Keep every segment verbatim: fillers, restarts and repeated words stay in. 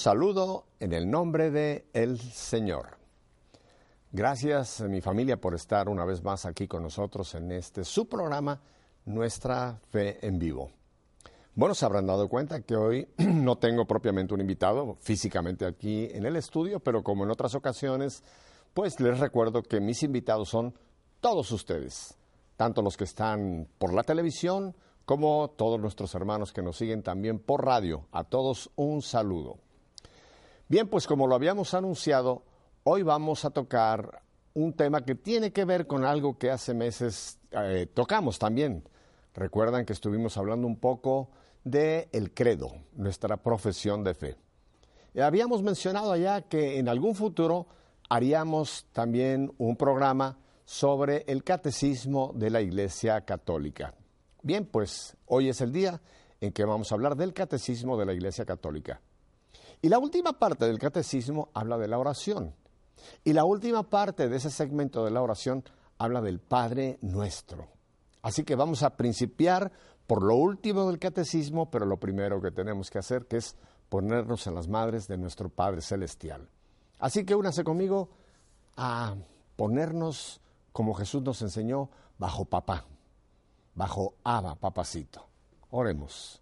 saludo en el nombre de el Señor. Gracias, mi familia, por estar una vez más aquí con nosotros en este su programa, Nuestra Fe en Vivo. Bueno, se habrán dado cuenta que hoy no tengo propiamente un invitado físicamente aquí en el estudio, pero como en otras ocasiones, pues les recuerdo que mis invitados son todos ustedes, tanto los que están por la televisión como todos nuestros hermanos que nos siguen también por radio. A todos un saludo. Bien, pues como lo habíamos anunciado, hoy vamos a tocar un tema que tiene que ver con algo que hace meses eh, tocamos también. Recuerdan que estuvimos hablando un poco de el credo, nuestra profesión de fe. Y habíamos mencionado allá que en algún futuro haríamos también un programa sobre el catecismo de la Iglesia Católica. Bien, pues hoy es el día en que vamos a hablar del catecismo de la Iglesia Católica. Y la última parte del catecismo habla de la oración. Y la última parte de ese segmento de la oración habla del Padre Nuestro. Así que vamos a principiar por lo último del catecismo, pero lo primero que tenemos que hacer que es ponernos en las madres de nuestro Padre Celestial. Así que únase conmigo a ponernos, como Jesús nos enseñó, bajo papá, bajo Abba, papacito. Oremos.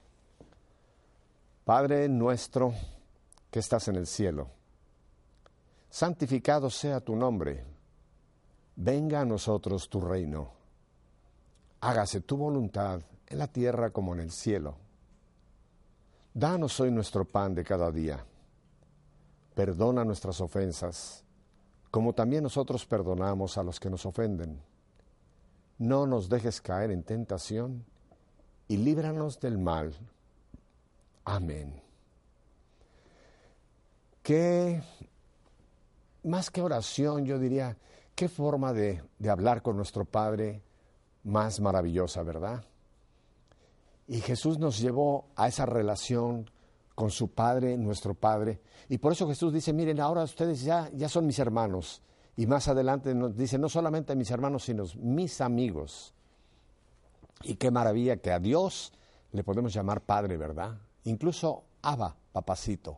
Padre nuestro que estás en el cielo, santificado sea tu nombre, venga a nosotros tu reino. Hágase tu voluntad en la tierra como en el cielo. Danos hoy nuestro pan de cada día. Perdona nuestras ofensas, como también nosotros perdonamos a los que nos ofenden. No nos dejes caer en tentación y líbranos del mal. Amén. Qué, más que oración, yo diría, qué forma de, de hablar con nuestro Padre más maravillosa, ¿verdad? Y Jesús nos llevó a esa relación con su Padre, nuestro Padre. Y por eso Jesús dice, miren, ahora ustedes ya, ya son mis hermanos. Y más adelante nos dice, no solamente mis hermanos, sino mis amigos. Y qué maravilla que a Dios le podemos llamar Padre, ¿verdad? Incluso Abba, papacito.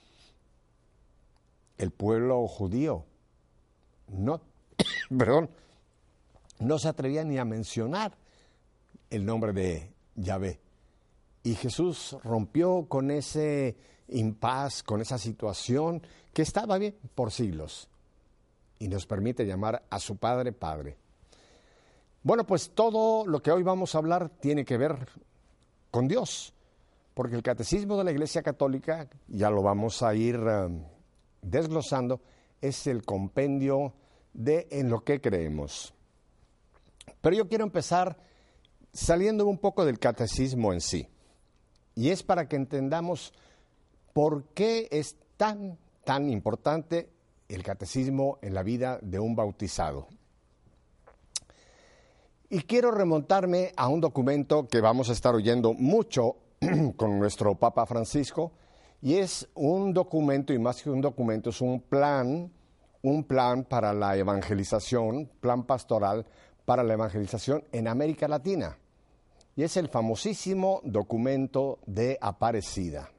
El pueblo judío no, perdón, no se atrevía ni a mencionar el nombre de Yahvé. Y Jesús rompió con ese impas, con esa situación que estaba bien por siglos. Y nos permite llamar a su Padre, Padre. Bueno, pues todo lo que hoy vamos a hablar tiene que ver con Dios. Porque el Catecismo de la Iglesia Católica, ya lo vamos a ir um, desglosando, es el compendio de en lo que creemos. Pero yo quiero empezar saliendo un poco del catecismo en sí. Y es para que entendamos por qué es tan, tan importante el catecismo en la vida de un bautizado. Y quiero remontarme a un documento que vamos a estar oyendo mucho con nuestro Papa Francisco, y es un documento, y más que un documento, es un plan, un plan para la evangelización, plan pastoral para la evangelización en América Latina. Y es el famosísimo documento de Aparecida.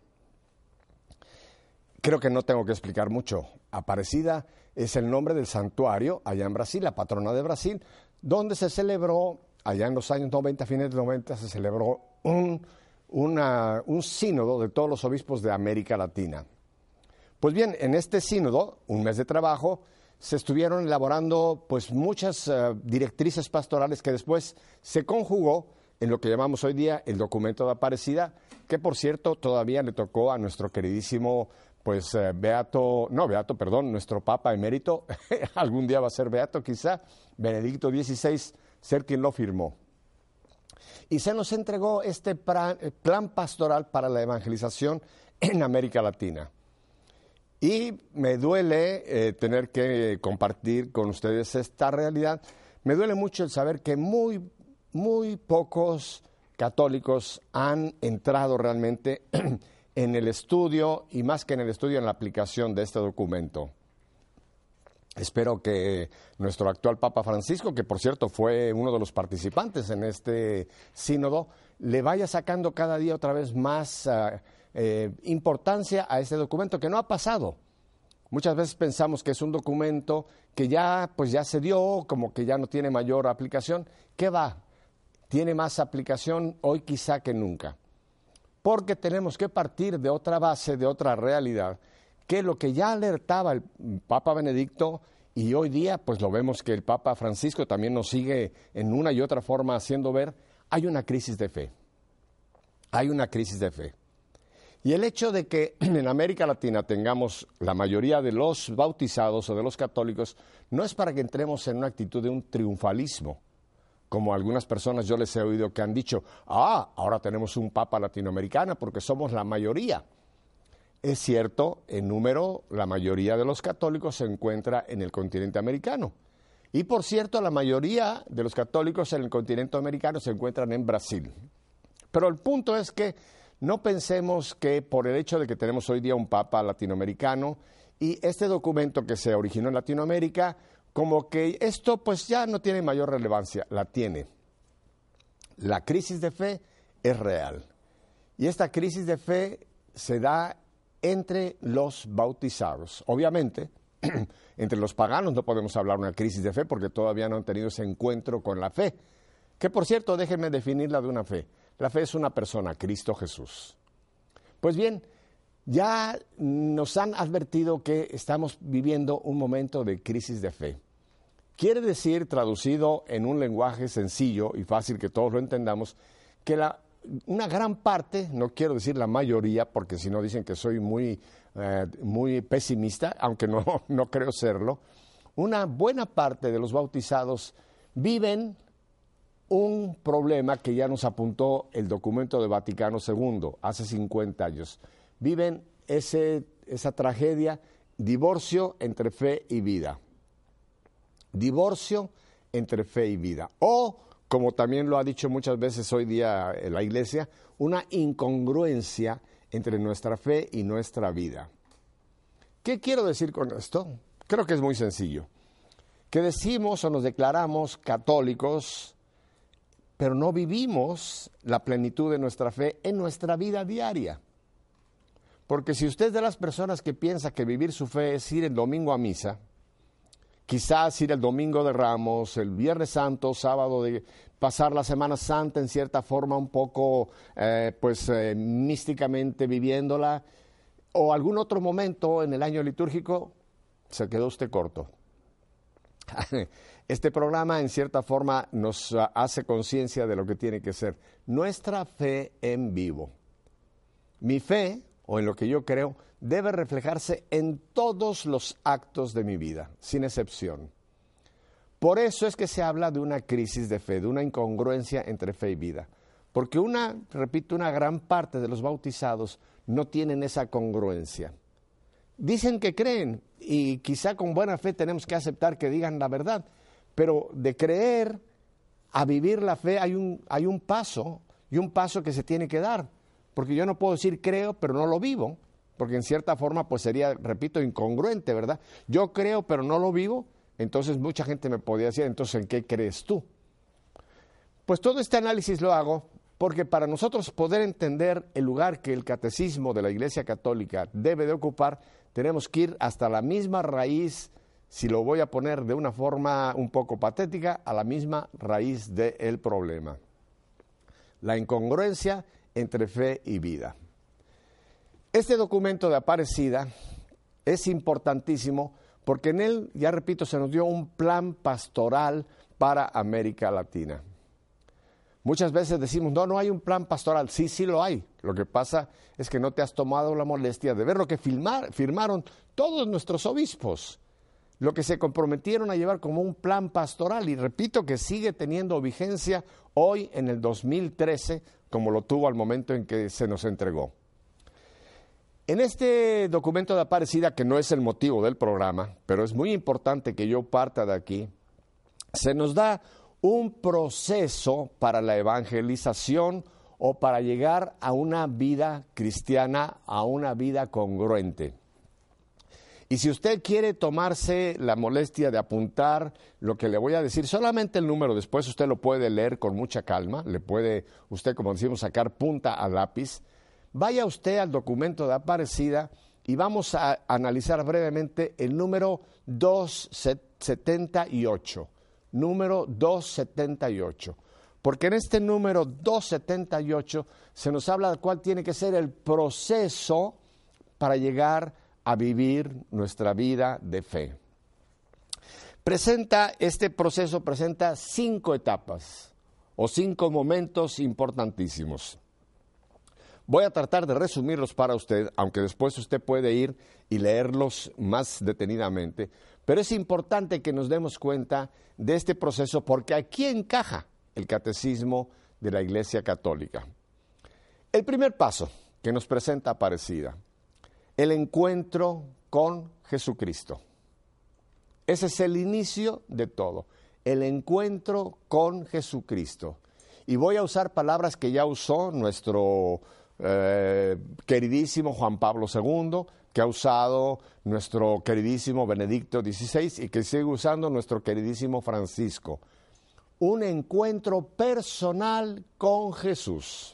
Creo que no tengo que explicar mucho. Aparecida es el nombre del santuario allá en Brasil, la patrona de Brasil, donde se celebró, allá en los años noventa, fines de noventa, se celebró un, una, un sínodo de todos los obispos de América Latina. Pues bien, en este sínodo, un mes de trabajo, se estuvieron elaborando pues muchas uh, directrices pastorales que después se conjugó en lo que llamamos hoy día el documento de Aparecida, que por cierto todavía le tocó a nuestro queridísimo pues uh, Beato, no Beato, perdón, nuestro Papa emérito, algún día va a ser Beato quizá, Benedicto dieciséis, ser quien lo firmó. Y se nos entregó este plan, plan pastoral para la evangelización en América Latina. Y me duele eh, tener que compartir con ustedes esta realidad. Me duele mucho el saber que muy, muy pocos católicos han entrado realmente en el estudio, y más que en el estudio, en la aplicación de este documento. Espero que nuestro actual Papa Francisco, que por cierto fue uno de los participantes en este sínodo, le vaya sacando cada día otra vez más uh, eh, importancia a este documento que no ha pasado. Muchas veces pensamos que es un documento que ya, pues ya se dio, como que ya no tiene mayor aplicación. ¿Qué va? Tiene más aplicación hoy quizá que nunca. Porque tenemos que partir de otra base, de otra realidad, que lo que ya alertaba el Papa Benedicto, y hoy día pues lo vemos que el Papa Francisco también nos sigue en una y otra forma haciendo ver, hay una crisis de fe. Hay una crisis de fe. Y el hecho de que en América Latina tengamos la mayoría de los bautizados o de los católicos, no es para que entremos en una actitud de un triunfalismo, como algunas personas yo les he oído que han dicho, ah, ahora tenemos un Papa latinoamericano porque somos la mayoría. Es cierto, en número, la mayoría de los católicos se encuentra en el continente americano. Y por cierto, la mayoría de los católicos en el continente americano se encuentran en Brasil. Pero el punto es que no pensemos que por el hecho de que tenemos hoy día un Papa latinoamericano y este documento que se originó en Latinoamérica, como que esto pues ya no tiene mayor relevancia, la tiene. La crisis de fe es real. Y esta crisis de fe se da entre los bautizados. Obviamente, entre los paganos no podemos hablar de una crisis de fe porque todavía no han tenido ese encuentro con la fe. Que por cierto, déjenme definirla de una fe. La fe es una persona, Cristo Jesús. Pues bien, ya nos han advertido que estamos viviendo un momento de crisis de fe. Quiere decir, traducido en un lenguaje sencillo y fácil que todos lo entendamos, que la, una gran parte, no quiero decir la mayoría, porque si no dicen que soy muy, eh, muy pesimista, aunque no, no creo serlo, una buena parte de los bautizados viven un problema que ya nos apuntó el documento de Vaticano segundo hace cincuenta años. Viven ese, esa tragedia, divorcio entre fe y vida. Divorcio entre fe y vida. O, como también lo ha dicho muchas veces hoy día la Iglesia, una incongruencia entre nuestra fe y nuestra vida. ¿Qué quiero decir con esto? Creo que es muy sencillo. Que decimos o nos declaramos católicos, pero no vivimos la plenitud de nuestra fe en nuestra vida diaria. Porque si usted es de las personas que piensa que vivir su fe es ir el domingo a misa, quizás ir el domingo de Ramos, el Viernes Santo, sábado, de pasar la Semana Santa en cierta forma un poco eh, pues eh, místicamente viviéndola, o algún otro momento en el año litúrgico, se quedó usted corto. Este programa en cierta forma nos hace conciencia de lo que tiene que ser nuestra fe en vivo. Mi fe, o en lo que yo creo, debe reflejarse en todos los actos de mi vida, sin excepción. Por eso es que se habla de una crisis de fe, de una incongruencia entre fe y vida. Porque una, repito, una gran parte de los bautizados no tienen esa congruencia. Dicen que creen y quizá con buena fe tenemos que aceptar que digan la verdad, pero de creer a vivir la fe hay un, hay un paso y un paso que se tiene que dar, porque yo no puedo decir creo pero no lo vivo, porque en cierta forma pues sería, repito, incongruente, ¿verdad? Yo creo pero no lo vivo, entonces mucha gente me podría decir, entonces ¿en qué crees tú? Pues todo este análisis lo hago porque para nosotros poder entender el lugar que el catecismo de la Iglesia Católica debe de ocupar, tenemos que ir hasta la misma raíz, si lo voy a poner de una forma un poco patética, a la misma raíz del problema. La incongruencia entre fe y vida. Este documento de Aparecida es importantísimo porque en él, ya repito, se nos dio un plan pastoral para América Latina. Muchas veces decimos, no, no hay un plan pastoral. Sí, sí lo hay. Lo que pasa es que no te has tomado la molestia de ver lo que firmar, firmaron todos nuestros obispos, lo que se comprometieron a llevar como un plan pastoral. Y repito que sigue teniendo vigencia hoy en el dos mil trece, como lo tuvo al momento en que se nos entregó. En este documento de Aparecida, que no es el motivo del programa, pero es muy importante que yo parta de aquí, se nos da un proceso para la evangelización o para llegar a una vida cristiana, a una vida congruente. Y si usted quiere tomarse la molestia de apuntar lo que le voy a decir, solamente el número, después usted lo puede leer con mucha calma, le puede usted, como decimos, sacar punta al lápiz, vaya usted al documento de Aparecida y vamos a analizar brevemente el número doscientos setenta y ocho. Número doscientos setenta y ocho. Porque en este número doscientos setenta y ocho se nos habla de cuál tiene que ser el proceso para llegar a vivir nuestra vida de fe. Presenta, este proceso presenta cinco etapas o cinco momentos importantísimos. Voy a tratar de resumirlos para usted, aunque después usted puede ir y leerlos más detenidamente, pero es importante que nos demos cuenta de este proceso porque aquí encaja el catecismo de la Iglesia Católica. El primer paso que nos presenta Aparecida, el encuentro con Jesucristo. Ese es el inicio de todo, el encuentro con Jesucristo. Y voy a usar palabras que ya usó nuestro eh, queridísimo Juan Pablo segundo, que ha usado nuestro queridísimo Benedicto dieciséis y que sigue usando nuestro queridísimo Francisco. Un encuentro personal con Jesús.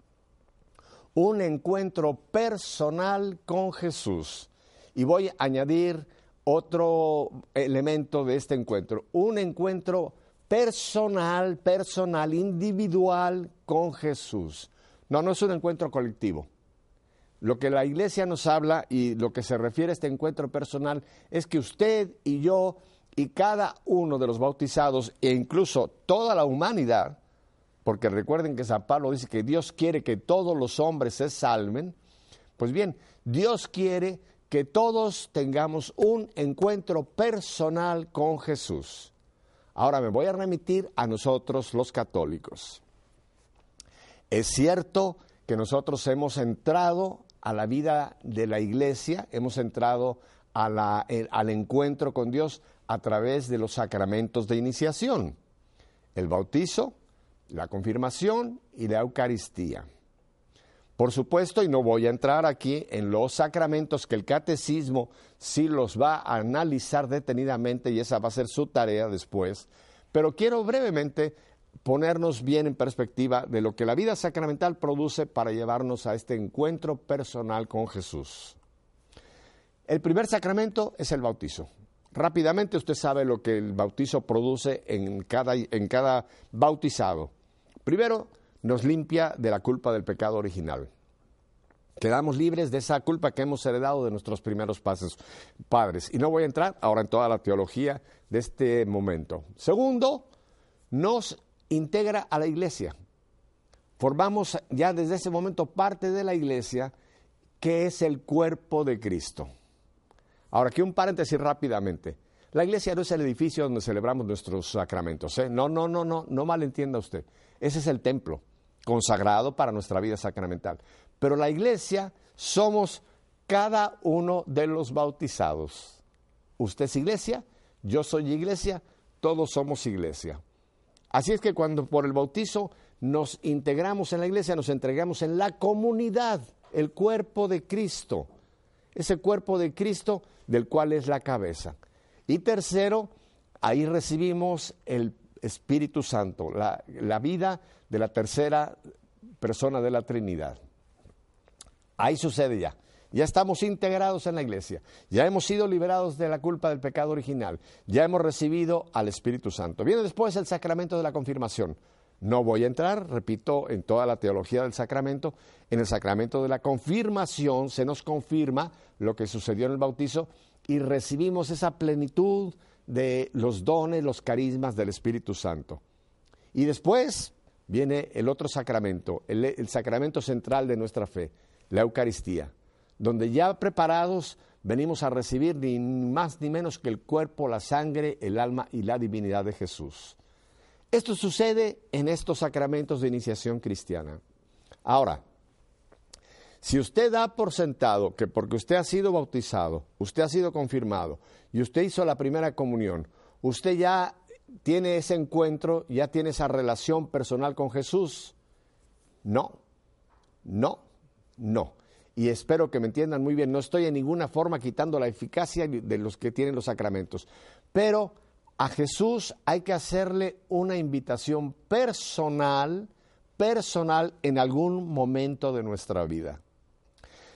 Un encuentro personal con Jesús. Y voy a añadir otro elemento de este encuentro, un encuentro personal, personal, individual con Jesús. No, no es un encuentro colectivo. Lo que la Iglesia nos habla y lo que se refiere a este encuentro personal es que usted y yo y cada uno de los bautizados e incluso toda la humanidad, porque recuerden que San Pablo dice que Dios quiere que todos los hombres se salven, pues bien, Dios quiere que todos tengamos un encuentro personal con Jesús. Ahora me voy a remitir a nosotros los católicos. Es cierto que nosotros hemos entrado a la vida de la Iglesia, hemos entrado a la, el, al encuentro con Dios a través de los sacramentos de iniciación, el bautizo, la confirmación y la Eucaristía. Por supuesto, y no voy a entrar aquí en los sacramentos que el catecismo sí los va a analizar detenidamente y esa va a ser su tarea después, pero quiero brevemente ponernos bien en perspectiva de lo que la vida sacramental produce para llevarnos a este encuentro personal con Jesús. El primer sacramento es el bautizo. Rápidamente usted sabe lo que el bautizo produce en cada, en cada bautizado. Primero, nos limpia de la culpa del pecado original. Quedamos libres de esa culpa que hemos heredado de nuestros primeros pasos, padres. Y no voy a entrar ahora en toda la teología de este momento. Segundo, nos integra a la Iglesia. Formamos ya desde ese momento parte de la Iglesia, que es el cuerpo de Cristo. Ahora, aquí un paréntesis rápidamente. La Iglesia no es el edificio donde celebramos nuestros sacramentos, ¿eh? No, no, no, no, no malentienda usted. Ese es el templo consagrado para nuestra vida sacramental. Pero la Iglesia somos cada uno de los bautizados. Usted es Iglesia, yo soy Iglesia, todos somos Iglesia. Así es que cuando por el bautizo nos integramos en la Iglesia, nos entregamos en la comunidad, el cuerpo de Cristo. Ese cuerpo de Cristo del cual es la cabeza. Y tercero, ahí recibimos el Espíritu Santo, la, la vida de la tercera persona de la Trinidad. Ahí sucede ya. Ya estamos integrados en la Iglesia. Ya hemos sido liberados de la culpa del pecado original. Ya hemos recibido al Espíritu Santo. Viene después el sacramento de la confirmación. No voy a entrar, repito, en toda la teología del sacramento. En el sacramento de la confirmación se nos confirma lo que sucedió en el bautizo y recibimos esa plenitud de los dones, los carismas del Espíritu Santo. Y después viene el otro sacramento, el, el sacramento central de nuestra fe, la Eucaristía, donde ya preparados venimos a recibir ni más ni menos que el cuerpo, la sangre, el alma y la divinidad de Jesús. Esto sucede en estos sacramentos de iniciación cristiana. Ahora, si usted da por sentado que porque usted ha sido bautizado, usted ha sido confirmado y usted hizo la primera comunión, usted ya tiene ese encuentro, ya tiene esa relación personal con Jesús, no, no, no. Y espero que me entiendan muy bien, no estoy en ninguna forma quitando la eficacia de los que tienen los sacramentos, pero a Jesús hay que hacerle una invitación personal, personal en algún momento de nuestra vida.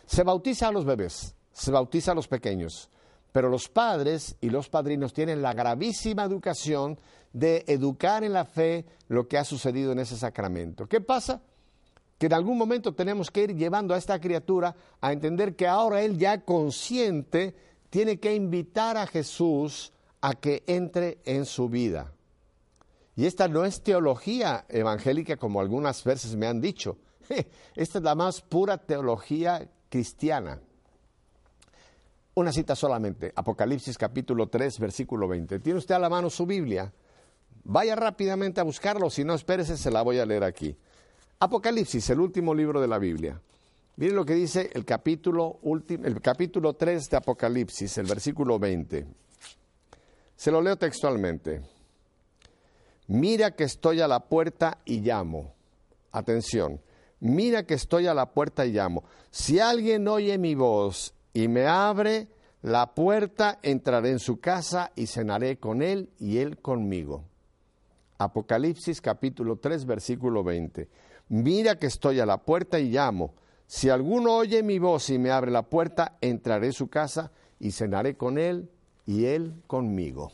Se bautiza a los bebés, se bautiza a los pequeños, pero los padres y los padrinos tienen la gravísima educación de educar en la fe lo que ha sucedido en ese sacramento. ¿Qué pasa? Que en algún momento tenemos que ir llevando a esta criatura a entender que ahora él ya consciente tiene que invitar a Jesús a que entre en su vida. Y esta no es teología evangélica como algunas veces me han dicho. Esta es la más pura teología cristiana. Una cita solamente, Apocalipsis capítulo tres, versículo veinte. ¿Tiene usted a la mano su Biblia? Vaya rápidamente a buscarlo, si no, espérese, se la voy a leer aquí. Apocalipsis, el último libro de la Biblia. Miren lo que dice el capítulo, ulti- el capítulo tres de Apocalipsis, el versículo veinte. Se lo leo textualmente. Mira que estoy a la puerta y llamo. Atención. Mira que estoy a la puerta y llamo. Si alguien oye mi voz y me abre la puerta, entraré en su casa y cenaré con él y él conmigo. Apocalipsis capítulo tres, versículo veinte. Mira que estoy a la puerta y llamo. Si alguno oye mi voz y me abre la puerta, entraré en su casa y cenaré con él y él conmigo.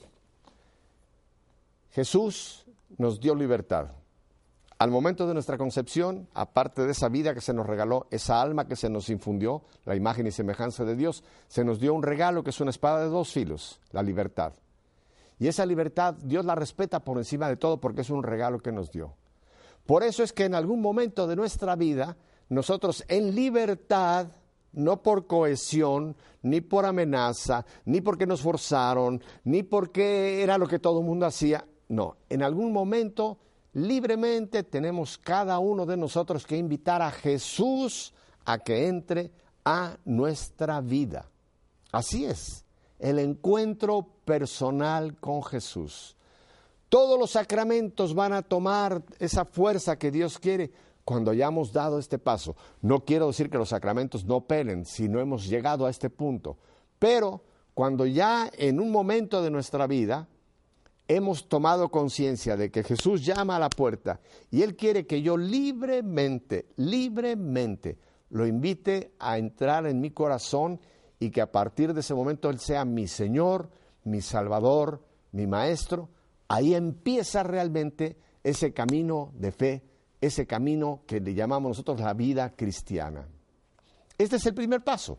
Jesús nos dio libertad. Al momento de nuestra concepción, aparte de esa vida que se nos regaló, esa alma que se nos infundió, la imagen y semejanza de Dios, se nos dio un regalo que es una espada de dos filos, la libertad. Y esa libertad Dios la respeta por encima de todo porque es un regalo que nos dio. Por eso es que en algún momento de nuestra vida, nosotros en libertad, no por cohesión, ni por amenaza, ni porque nos forzaron, ni porque era lo que todo el mundo hacía, no, en algún momento libremente tenemos cada uno de nosotros que invitar a Jesús a que entre a nuestra vida. Así es, el encuentro personal con Jesús. Todos los sacramentos van a tomar esa fuerza que Dios quiere cuando hayamos dado este paso. No quiero decir que los sacramentos no operen si no hemos llegado a este punto, pero cuando ya en un momento de nuestra vida hemos tomado conciencia de que Jesús llama a la puerta y Él quiere que yo libremente, libremente lo invite a entrar en mi corazón y que a partir de ese momento Él sea mi Señor, mi Salvador, mi Maestro, ahí empieza realmente ese camino de fe, ese camino que le llamamos nosotros la vida cristiana. Este es el primer paso.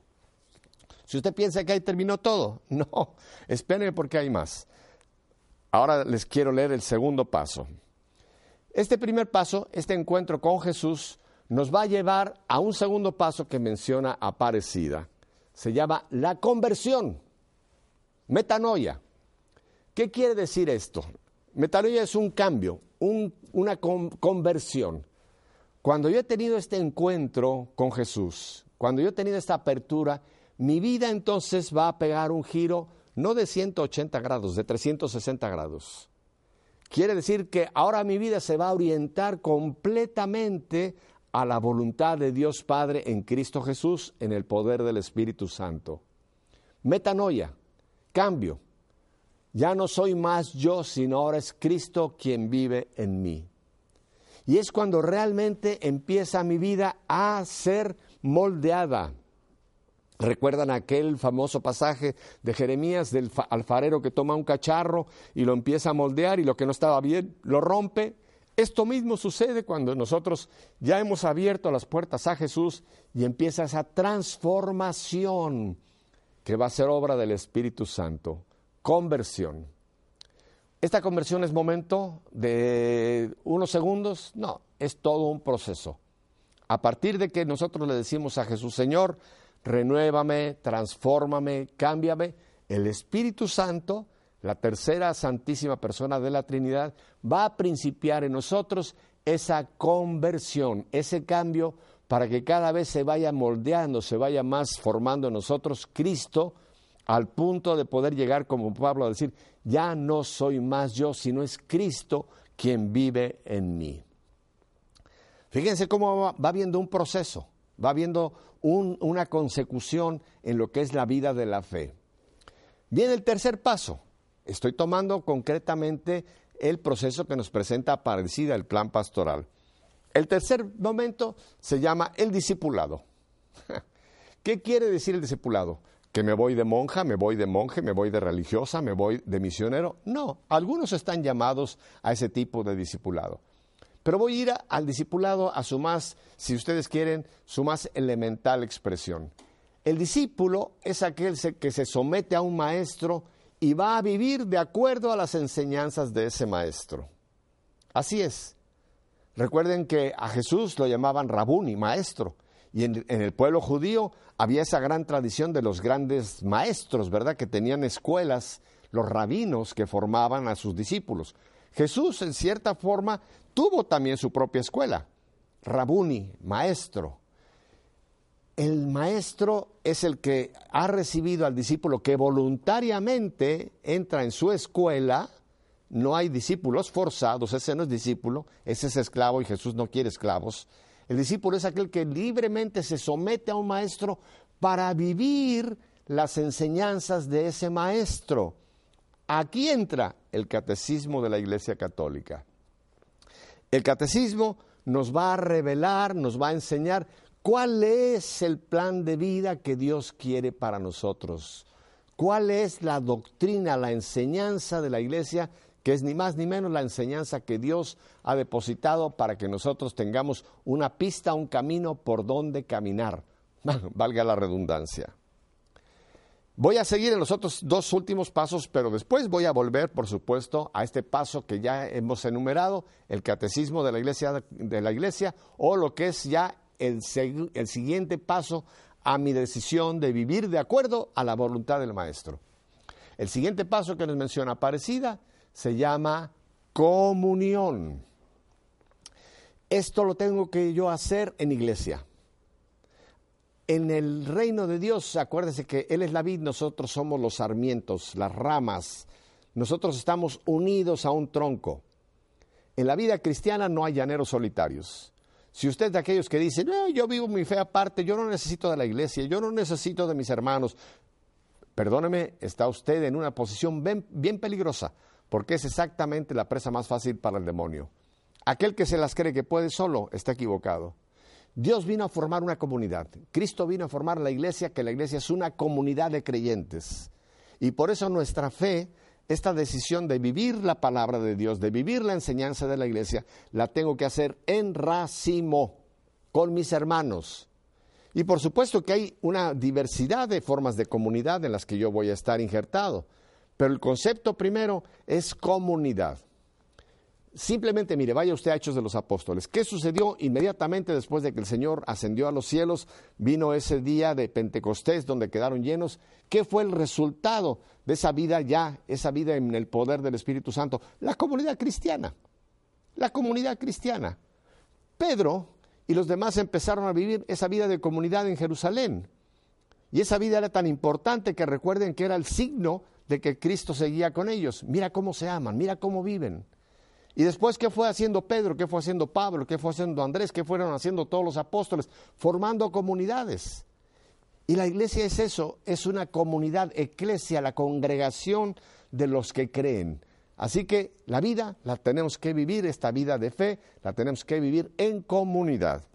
Si usted piensa que ahí terminó todo, no, espérenme porque hay más. Ahora les quiero leer el segundo paso. Este primer paso, este encuentro con Jesús, nos va a llevar a un segundo paso que menciona Aparecida. Se llama la conversión, metanoia. ¿Qué quiere decir esto? Metanoia es un cambio, un, una con, conversión. Cuando yo he tenido este encuentro con Jesús, cuando yo he tenido esta apertura, mi vida entonces va a pegar un giro no de ciento ochenta grados, de trescientos sesenta grados. Quiere decir que ahora mi vida se va a orientar completamente a la voluntad de Dios Padre en Cristo Jesús, en el poder del Espíritu Santo. Metanoia, cambio. Ya no soy más yo, sino ahora es Cristo quien vive en mí. Y es cuando realmente empieza mi vida a ser moldeada. ¿Recuerdan aquel famoso pasaje de Jeremías del alfarero que toma un cacharro y lo empieza a moldear y lo que no estaba bien lo rompe? Esto mismo sucede cuando nosotros ya hemos abierto las puertas a Jesús y empieza esa transformación que va a ser obra del Espíritu Santo. Conversión. ¿Esta conversión es momento de unos segundos? No, es todo un proceso. A partir de que nosotros le decimos a Jesús, Señor, renuévame, transfórmame, cámbiame, el Espíritu Santo, la tercera santísima persona de la Trinidad, va a principiar en nosotros esa conversión, ese cambio para que cada vez se vaya moldeando, se vaya más formando en nosotros Cristo, al punto de poder llegar, como Pablo, a decir, ya no soy más yo, sino es Cristo quien vive en mí. Fíjense cómo va, va habiendo un proceso, va habiendo un, una consecución en lo que es la vida de la fe. Viene el tercer paso. Estoy tomando concretamente el proceso que nos presenta Aparecida, el plan pastoral. El tercer momento se llama el discipulado. ¿Qué quiere decir el discipulado? ¿Que me voy de monja, me voy de monje, me voy de religiosa, me voy de misionero? No, algunos están llamados a ese tipo de discipulado. Pero voy a ir a, al discipulado a su más, si ustedes quieren, su más elemental expresión. El discípulo es aquel que se somete a un maestro y va a vivir de acuerdo a las enseñanzas de ese maestro. Así es. Recuerden que a Jesús lo llamaban Rabuni, maestro. Y en, en el pueblo judío había esa gran tradición de los grandes maestros, ¿verdad? Que tenían escuelas, los rabinos que formaban a sus discípulos. Jesús, en cierta forma, tuvo también su propia escuela. Rabuni, maestro. El maestro es el que ha recibido al discípulo que voluntariamente entra en su escuela. No hay discípulos forzados, ese no es discípulo, ese es esclavo y Jesús no quiere esclavos. El discípulo es aquel que libremente se somete a un maestro para vivir las enseñanzas de ese maestro. Aquí entra el catecismo de la Iglesia Católica. El catecismo nos va a revelar, nos va a enseñar cuál es el plan de vida que Dios quiere para nosotros. Cuál es la doctrina, la enseñanza de la Iglesia, que es ni más ni menos la enseñanza que Dios ha depositado para que nosotros tengamos una pista, un camino por donde caminar, valga la redundancia. Voy a seguir en los otros dos últimos pasos, pero después voy a volver, por supuesto, a este paso que ya hemos enumerado, el catecismo de la Iglesia, de la iglesia o lo que es ya el, el siguiente paso a mi decisión de vivir de acuerdo a la voluntad del Maestro. El siguiente paso que nos menciona Aparecida se llama comunión. Esto lo tengo que yo hacer en iglesia. En el reino de Dios, acuérdese que Él es la vid, nosotros somos los sarmientos, las ramas. Nosotros estamos unidos a un tronco. En la vida cristiana no hay llaneros solitarios. Si usted es de aquellos que dicen, no, yo vivo mi fe aparte, yo no necesito de la iglesia, yo no necesito de mis hermanos, perdóneme, está usted en una posición bien, bien peligrosa, porque es exactamente la presa más fácil para el demonio. Aquel que se las cree que puede solo está equivocado. Dios vino a formar una comunidad. Cristo vino a formar la iglesia, que la iglesia es una comunidad de creyentes. Y por eso nuestra fe, esta decisión de vivir la palabra de Dios, de vivir la enseñanza de la iglesia, la tengo que hacer en racimo, con mis hermanos. Y por supuesto que hay una diversidad de formas de comunidad en las que yo voy a estar injertado. Pero el concepto primero es comunidad. Simplemente, mire, vaya usted a Hechos de los Apóstoles. ¿Qué sucedió inmediatamente después de que el Señor ascendió a los cielos? Vino ese día de Pentecostés donde quedaron llenos. ¿Qué fue el resultado de esa vida ya, esa vida en el poder del Espíritu Santo? La comunidad cristiana. La comunidad cristiana. Pedro y los demás empezaron a vivir esa vida de comunidad en Jerusalén. Y esa vida era tan importante que recuerden que era el signo de que Cristo seguía con ellos. Mira cómo se aman, mira cómo viven. Y después, ¿qué fue haciendo Pedro? ¿Qué fue haciendo Pablo? ¿Qué fue haciendo Andrés? ¿Qué fueron haciendo todos los apóstoles? Formando comunidades. Y la iglesia es eso, es una comunidad, eclesia, la congregación de los que creen. Así que la vida la tenemos que vivir, esta vida de fe, la tenemos que vivir en comunidad.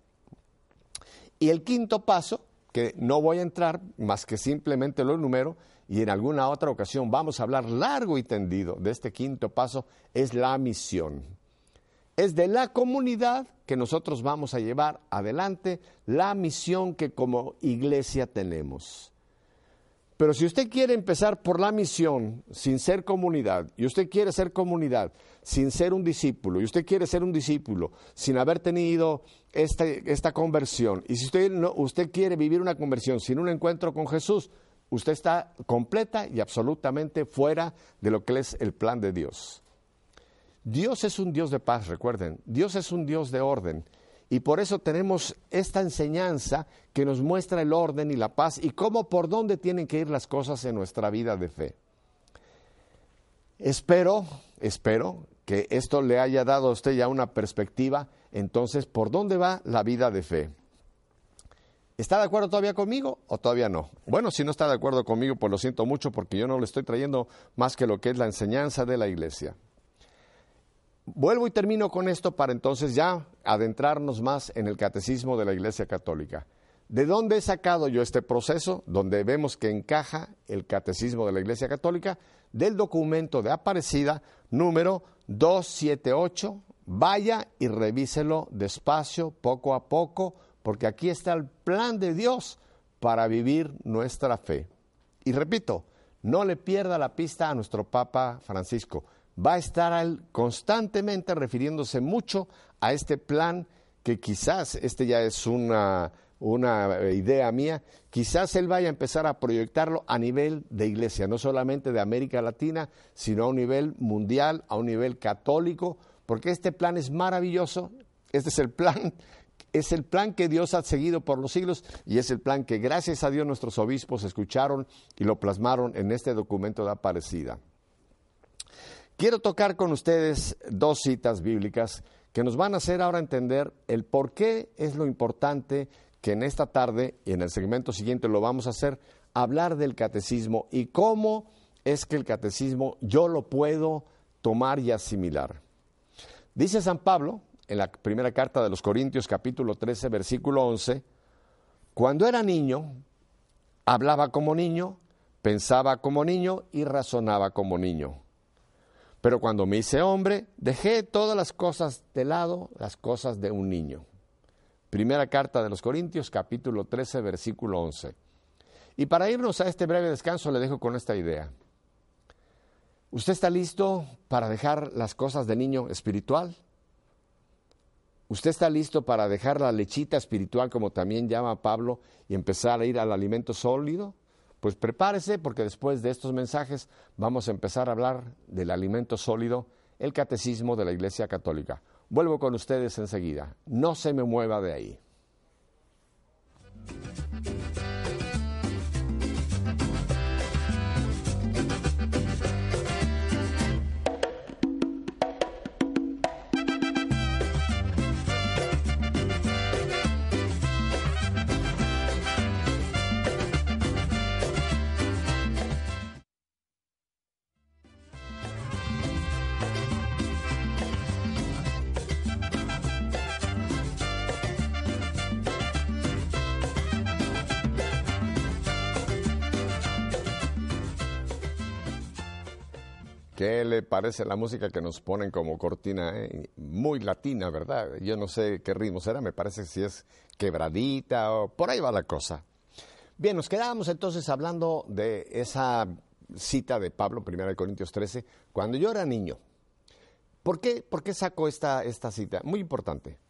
Y el quinto paso, que no voy a entrar, más que simplemente lo enumero, y en alguna otra ocasión vamos a hablar largo y tendido de este quinto paso, es la misión. Es de la comunidad que nosotros vamos a llevar adelante la misión que como iglesia tenemos. Pero si usted quiere empezar por la misión sin ser comunidad, y usted quiere ser comunidad sin ser un discípulo, y usted quiere ser un discípulo sin haber tenido esta, esta conversión, y si usted, no, usted quiere vivir una conversión sin un encuentro con Jesús, usted está completa y absolutamente fuera de lo que es el plan de Dios. Dios es un Dios de paz, recuerden. Dios es un Dios de orden. Y por eso tenemos esta enseñanza que nos muestra el orden y la paz y cómo, por dónde tienen que ir las cosas en nuestra vida de fe. Espero, espero que esto le haya dado a usted ya una perspectiva, entonces, ¿por dónde va la vida de fe? ¿Está de acuerdo todavía conmigo o todavía no? Bueno, si no está de acuerdo conmigo, pues lo siento mucho porque yo no le estoy trayendo más que lo que es la enseñanza de la iglesia. Vuelvo y termino con esto para entonces ya adentrarnos más en el catecismo de la Iglesia Católica. ¿De dónde he sacado yo este proceso? Donde vemos que encaja el Catecismo de la Iglesia Católica del documento de Aparecida número doscientos setenta y ocho. Vaya y revíselo despacio, poco a poco, porque aquí está el plan de Dios para vivir nuestra fe. Y repito, no le pierda la pista a nuestro Papa Francisco. Va a estar él constantemente refiriéndose mucho a este plan que quizás, este ya es una, una idea mía, quizás él vaya a empezar a proyectarlo a nivel de iglesia, no solamente de América Latina, sino a un nivel mundial, a un nivel católico, porque este plan es maravilloso. Este es el plan, es el plan que Dios ha seguido por los siglos y es el plan que gracias a Dios nuestros obispos escucharon y lo plasmaron en este documento de Aparecida. Quiero tocar con ustedes dos citas bíblicas que nos van a hacer ahora entender el por qué es lo importante que en esta tarde y en el segmento siguiente lo vamos a hacer, hablar del catecismo y cómo es que el catecismo yo lo puedo tomar y asimilar. Dice San Pablo, en la primera carta de los Corintios, capítulo trece, versículo once, cuando era niño, hablaba como niño, pensaba como niño y razonaba como niño. Pero cuando me hice hombre, dejé todas las cosas de lado, las cosas de un niño. Primera carta de los Corintios, capítulo trece, versículo once. Y para irnos a este breve descanso, le dejo con esta idea. ¿Usted está listo para dejar las cosas de niño espiritual? ¿Usted está listo para dejar la lechita espiritual, como también llama Pablo, y empezar a ir al alimento sólido? Pues prepárese, porque después de estos mensajes vamos a empezar a hablar del alimento sólido, el catecismo de la Iglesia Católica. Vuelvo con ustedes enseguida. No se me mueva de ahí. ¿Qué le parece la música que nos ponen como cortina? Eh? Muy latina, ¿verdad? Yo no sé qué ritmo será, me parece si es quebradita o por ahí va la cosa. Bien, nos quedábamos entonces hablando de esa cita de Pablo, primera de Corintios trece, cuando yo era niño. ¿Por qué, por qué saco esta, esta cita? Muy importante.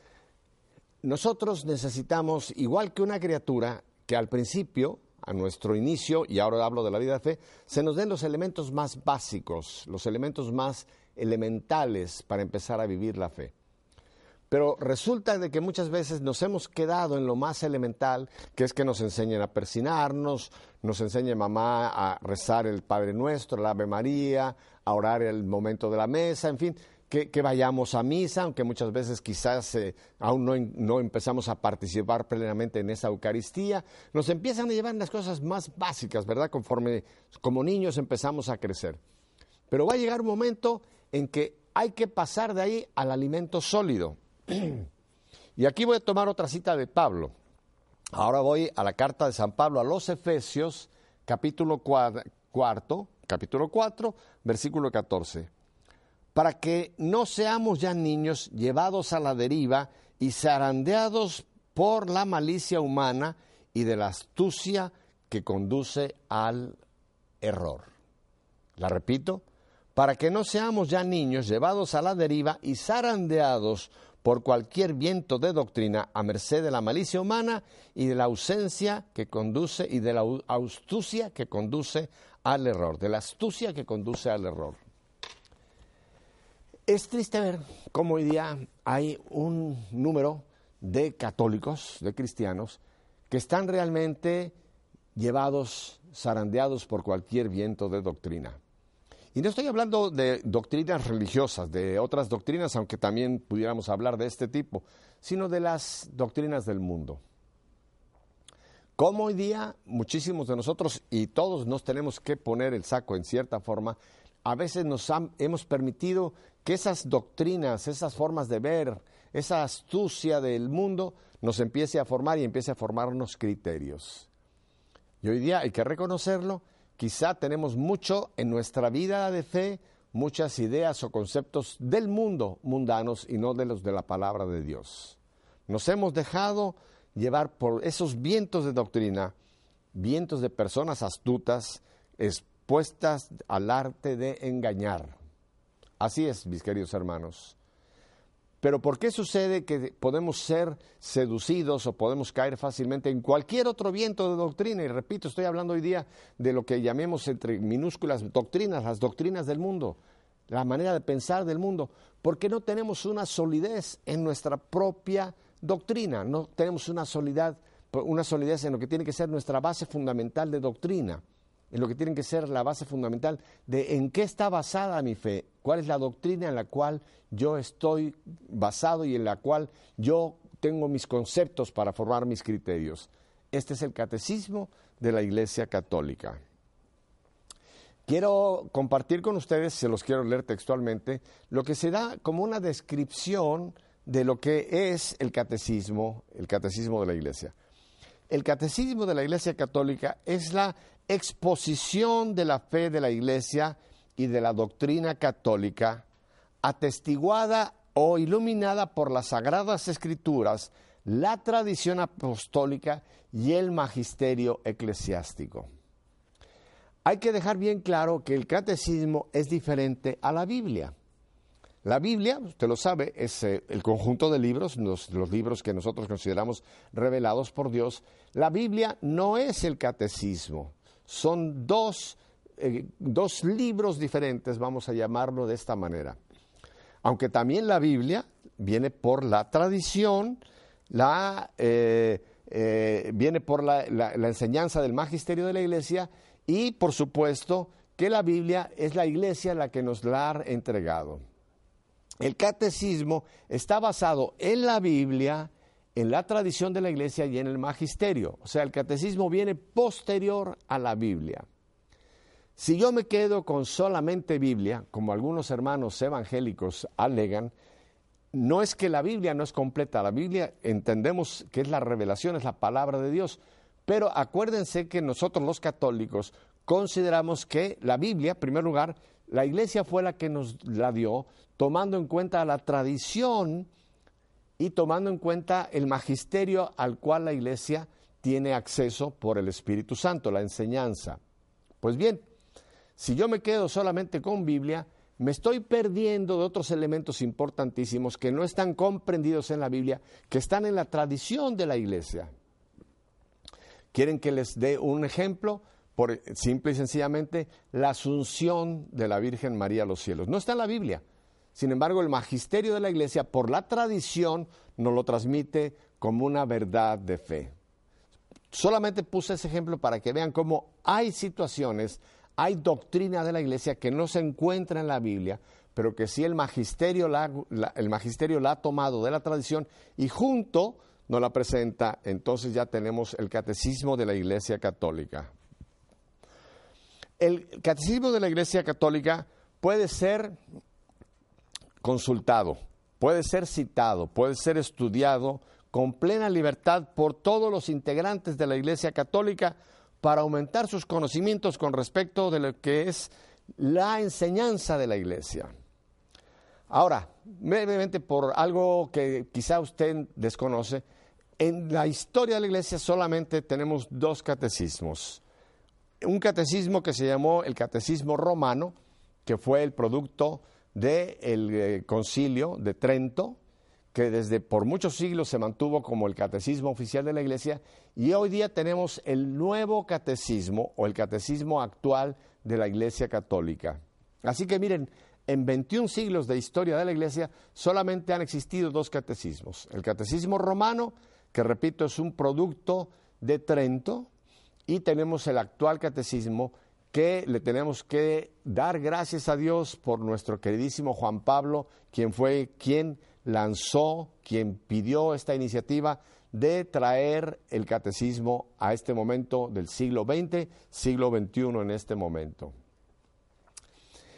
Nosotros necesitamos, igual que una criatura, que al principio, a nuestro inicio, y ahora hablo de la vida de fe, se nos den los elementos más básicos, los elementos más elementales para empezar a vivir la fe. Pero resulta de que muchas veces nos hemos quedado en lo más elemental, que es que nos enseñen a persinarnos, nos enseñe mamá a rezar el Padre Nuestro, el Ave María, a orar el momento de la mesa, en fin, que, que vayamos a misa, aunque muchas veces quizás eh, aún no, no empezamos a participar plenamente en esa Eucaristía. Nos empiezan a llevar las cosas más básicas, ¿verdad? Conforme como niños empezamos a crecer. Pero va a llegar un momento en que hay que pasar de ahí al alimento sólido. Y aquí voy a tomar otra cita de Pablo. Ahora voy a la carta de San Pablo a los Efesios, capítulo cuarto, capítulo cuatro, versículo catorce. Para que no seamos ya niños llevados a la deriva y zarandeados por la malicia humana y de la astucia que conduce al error. La repito, para que no seamos ya niños llevados a la deriva y zarandeados por cualquier viento de doctrina a merced de la malicia humana y de la ausencia que conduce y de la astucia que conduce al error, de la astucia que conduce al error. Es triste ver cómo hoy día hay un número de católicos, de cristianos, que están realmente llevados, zarandeados por cualquier viento de doctrina. Y no estoy hablando de doctrinas religiosas, de otras doctrinas, aunque también pudiéramos hablar de este tipo, sino de las doctrinas del mundo. Como hoy día muchísimos de nosotros, y todos nos tenemos que poner el saco en cierta forma, a veces nos han, hemos permitido que esas doctrinas, esas formas de ver, esa astucia del mundo nos empiece a formar y empiece a formarnos criterios. Y hoy día hay que reconocerlo, quizá tenemos mucho en nuestra vida de fe, muchas ideas o conceptos del mundo mundanos y no de los de la palabra de Dios. Nos hemos dejado llevar por esos vientos de doctrina, vientos de personas astutas, expuestas al arte de engañar. Así es, mis queridos hermanos. Pero ¿por qué sucede que podemos ser seducidos o podemos caer fácilmente en cualquier otro viento de doctrina? Y repito, estoy hablando hoy día de lo que llamemos entre minúsculas doctrinas, las doctrinas del mundo, la manera de pensar del mundo, porque no tenemos una solidez en nuestra propia doctrina, no tenemos una solidez, una solidez en lo que tiene que ser nuestra base fundamental de doctrina, en lo que tiene que ser la base fundamental de en qué está basada mi fe, cuál es la doctrina en la cual yo estoy basado y en la cual yo tengo mis conceptos para formar mis criterios. Este es el catecismo de la Iglesia Católica. Quiero compartir con ustedes, se los quiero leer textualmente, lo que se da como una descripción de lo que es el catecismo, el catecismo de la Iglesia. El catecismo de la Iglesia Católica es la exposición de la fe de la Iglesia y de la doctrina católica, atestiguada o iluminada por las Sagradas Escrituras, la tradición apostólica y el magisterio eclesiástico. Hay que dejar bien claro que el catecismo es diferente a la Biblia. La Biblia, usted lo sabe, es eh, el conjunto de libros, los, los libros que nosotros consideramos revelados por Dios. La Biblia no es el catecismo, son dos, eh, dos libros diferentes, vamos a llamarlo de esta manera. Aunque también la Biblia viene por la tradición, la, eh, eh, viene por la, la, la enseñanza del magisterio de la Iglesia y, por supuesto, que la Biblia es la Iglesia la que nos la ha entregado. El catecismo está basado en la Biblia, en la tradición de la Iglesia y en el magisterio. O sea, el catecismo viene posterior a la Biblia. Si yo me quedo con solamente Biblia, como algunos hermanos evangélicos alegan, no es que la Biblia no es completa. La Biblia entendemos que es la revelación, es la palabra de Dios. Pero acuérdense que nosotros los católicos consideramos que la Biblia, en primer lugar, la Iglesia fue la que nos la dio, tomando en cuenta la tradición y tomando en cuenta el magisterio al cual la Iglesia tiene acceso por el Espíritu Santo, la enseñanza. Pues bien, si yo me quedo solamente con Biblia, me estoy perdiendo de otros elementos importantísimos que no están comprendidos en la Biblia, que están en la tradición de la Iglesia. ¿Quieren que les dé un ejemplo? Por simple y sencillamente, la asunción de la Virgen María a los cielos. No está en la Biblia. Sin embargo, el magisterio de la Iglesia, por la tradición, nos lo transmite como una verdad de fe. Solamente puse ese ejemplo para que vean cómo hay situaciones, hay doctrina de la Iglesia que no se encuentra en la Biblia, pero que sí el magisterio la, la, el magisterio la ha tomado de la tradición y junto nos la presenta. Entonces ya tenemos el catecismo de la Iglesia Católica. El catecismo de la Iglesia Católica puede ser consultado, puede ser citado, puede ser estudiado con plena libertad por todos los integrantes de la Iglesia Católica para aumentar sus conocimientos con respecto de lo que es la enseñanza de la Iglesia. Ahora, brevemente por algo que quizá usted desconoce, en la historia de la Iglesia solamente tenemos dos catecismos. Un catecismo que se llamó el Catecismo Romano, que fue el producto del eh, Concilio de Trento, que desde por muchos siglos se mantuvo como el catecismo oficial de la Iglesia, y hoy día tenemos el nuevo catecismo o el catecismo actual de la Iglesia Católica. Así que miren, en veintiún siglos de historia de la Iglesia solamente han existido dos catecismos. El Catecismo Romano, que repito es un producto de Trento, y tenemos el actual catecismo que le tenemos que dar gracias a Dios por nuestro queridísimo Juan Pablo, quien fue quien lanzó, quien pidió esta iniciativa de traer el catecismo a este momento del siglo veinte, siglo veintiuno en este momento.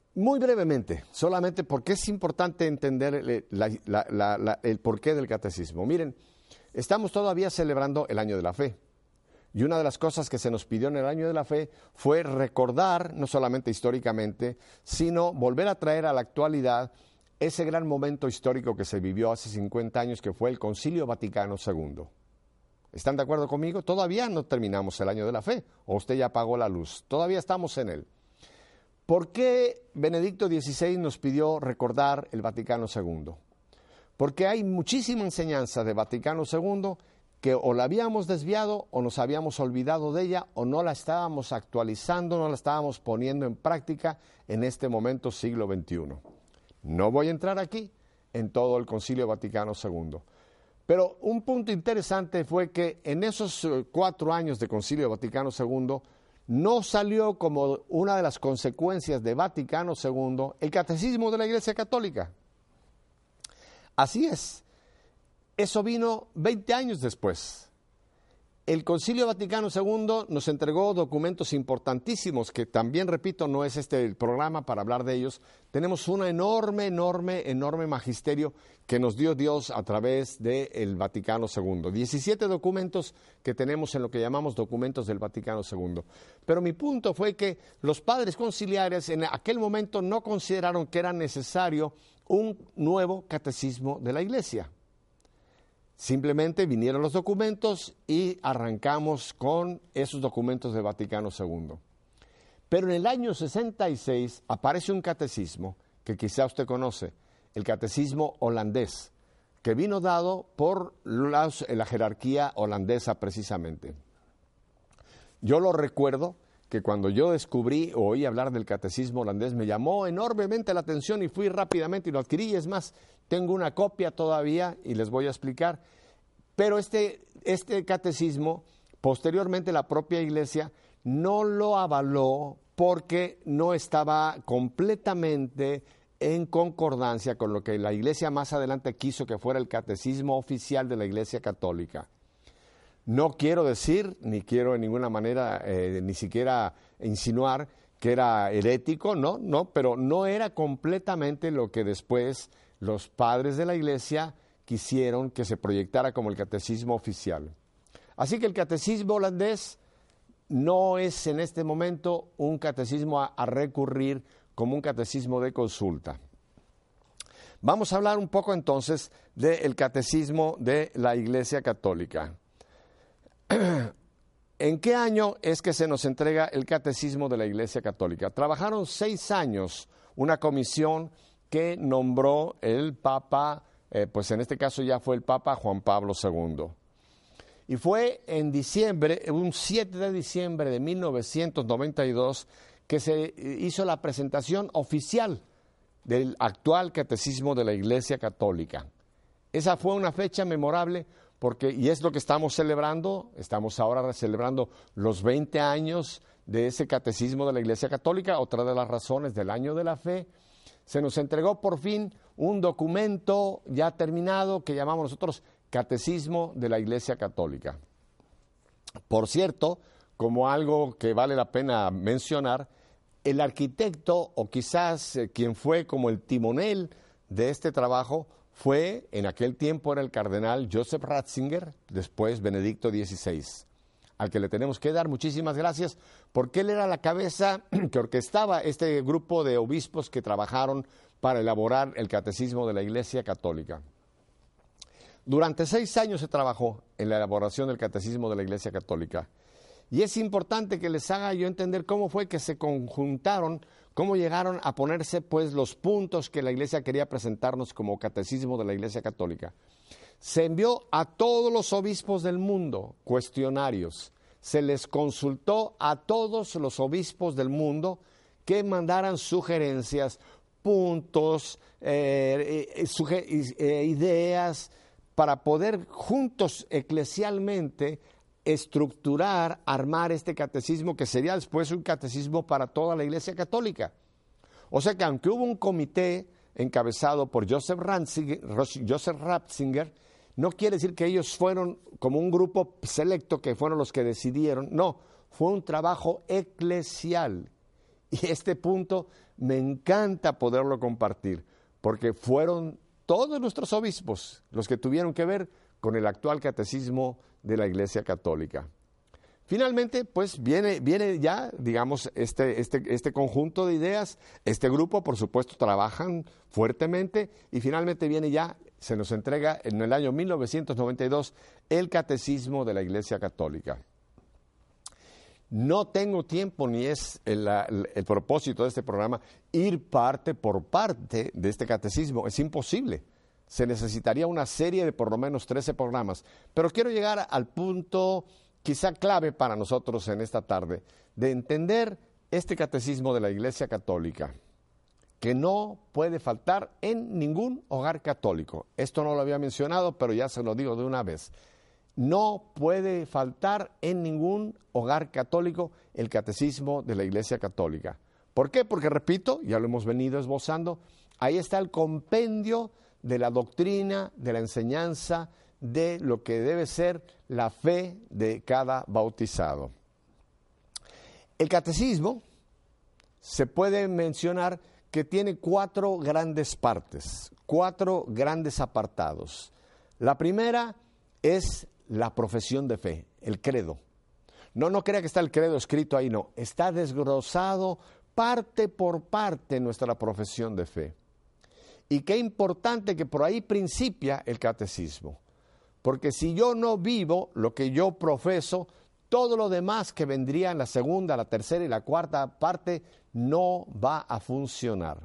Muy brevemente, solamente porque es importante entender el, la, la, la, la, el porqué del catecismo. Miren, estamos todavía celebrando el Año de la Fe. Y una de las cosas que se nos pidió en el Año de la Fe fue recordar, no solamente históricamente, sino volver a traer a la actualidad ese gran momento histórico que se vivió hace cincuenta años, que fue el Concilio Vaticano segundo. ¿Están de acuerdo conmigo? Todavía no terminamos el Año de la Fe, o usted ya apagó la luz, todavía estamos en él. ¿Por qué Benedicto dieciséis nos pidió recordar el Vaticano segundo? Porque hay muchísima enseñanza de Vaticano segundo que o la habíamos desviado o nos habíamos olvidado de ella o no la estábamos actualizando, no la estábamos poniendo en práctica en este momento siglo veintiuno. No voy a entrar aquí en todo el Concilio Vaticano segundo. Pero un punto interesante fue que en esos cuatro años de Concilio Vaticano segundo no salió como una de las consecuencias de Vaticano segundo el catecismo de la Iglesia Católica. Así es, eso vino veinte años después. El Concilio Vaticano segundo nos entregó documentos importantísimos, que también, repito, no es este el programa para hablar de ellos. Tenemos un enorme, enorme, enorme magisterio que nos dio Dios a través del Vaticano segundo. diecisiete documentos que tenemos en lo que llamamos documentos del Vaticano segundo. Pero mi punto fue que los padres conciliares en aquel momento no consideraron que era necesario un nuevo catecismo de la Iglesia. Simplemente vinieron los documentos y arrancamos con esos documentos del Vaticano segundo. Pero en el año sesenta y seis aparece un catecismo que quizá usted conoce, el catecismo holandés, que vino dado por las, la jerarquía holandesa precisamente. Yo lo recuerdo que cuando yo descubrí o oí hablar del catecismo holandés me llamó enormemente la atención y fui rápidamente y lo adquirí. Es más, tengo una copia todavía y les voy a explicar. Pero este, este catecismo, posteriormente la propia Iglesia no lo avaló porque no estaba completamente en concordancia con lo que la Iglesia más adelante quiso que fuera el catecismo oficial de la Iglesia Católica. No quiero decir, ni quiero en ninguna manera, eh, ni siquiera insinuar que era herético, no, no, pero no era completamente lo que después los padres de la Iglesia quisieron que se proyectara como el catecismo oficial. Así que el catecismo holandés no es en este momento un catecismo a, a recurrir como un catecismo de consulta. Vamos a hablar un poco entonces del catecismo de la Iglesia Católica. ¿En qué año es que se nos entrega el catecismo de la Iglesia Católica? Trabajaron seis años una comisión que nombró el Papa, eh, pues en este caso ya fue el Papa Juan Pablo segundo. Y fue en diciembre, un siete de diciembre de mil novecientos noventa y dos, que se hizo la presentación oficial del actual catecismo de la Iglesia Católica. Esa fue una fecha memorable porque, y es lo que estamos celebrando, estamos ahora celebrando los veinte años de ese catecismo de la Iglesia Católica, otra de las razones del Año de la Fe. Se nos entregó por fin un documento ya terminado que llamamos nosotros Catecismo de la Iglesia Católica. Por cierto, como algo que vale la pena mencionar, el arquitecto, o quizás eh, quien fue como el timonel de este trabajo, fue, en aquel tiempo era el cardenal Joseph Ratzinger, después Benedicto dieciséis, al que le tenemos que dar muchísimas gracias, porque él era la cabeza que orquestaba este grupo de obispos que trabajaron para elaborar el catecismo de la Iglesia Católica. Durante seis años se trabajó en la elaboración del catecismo de la Iglesia Católica. Y es importante que les haga yo entender cómo fue que se conjuntaron, cómo llegaron a ponerse pues los puntos que la Iglesia quería presentarnos como catecismo de la Iglesia Católica. Se envió a todos los obispos del mundo cuestionarios. Se les consultó a todos los obispos del mundo que mandaran sugerencias, puntos, eh, eh, suge- eh, ideas, para poder juntos eclesialmente estructurar, armar este catecismo que sería después un catecismo para toda la Iglesia Católica. O sea que aunque hubo un comité encabezado por Joseph Ratzinger, Joseph Ratzinger, no quiere decir que ellos fueron como un grupo selecto que fueron los que decidieron, no, fue un trabajo eclesial Y este punto me encanta poderlo compartir, porque fueron todos nuestros obispos los que tuvieron que ver con el actual catecismo de la Iglesia Católica. Finalmente, pues viene, viene ya, digamos, este, este, este conjunto de ideas. Este grupo, por supuesto, trabajan fuertemente y finalmente viene ya, se nos entrega en el año mil novecientos noventa y dos el Catecismo de la Iglesia Católica. No tengo tiempo, ni es el, el, el propósito de este programa, ir parte por parte de este catecismo. Es imposible. Se necesitaría una serie de por lo menos trece programas. Pero quiero llegar al punto quizá clave para nosotros en esta tarde, de entender este catecismo de la Iglesia Católica, que no puede faltar en ningún hogar católico. Esto no lo había mencionado, pero ya se lo digo de una vez. No puede faltar en ningún hogar católico el catecismo de la Iglesia Católica. ¿Por qué? Porque, repito, ya lo hemos venido esbozando, ahí está el compendio de la doctrina, de la enseñanza, de lo que debe ser la fe de cada bautizado. El catecismo se puede mencionar que tiene cuatro grandes partes, cuatro grandes apartados. La primera es la profesión de fe, el credo. No, no crea que está el credo escrito ahí, no. Está desglosado parte por parte nuestra profesión de fe. Y qué importante que por ahí principia el catecismo. Porque si yo no vivo lo que yo profeso, todo lo demás que vendría en la segunda, la tercera y la cuarta parte no va a funcionar.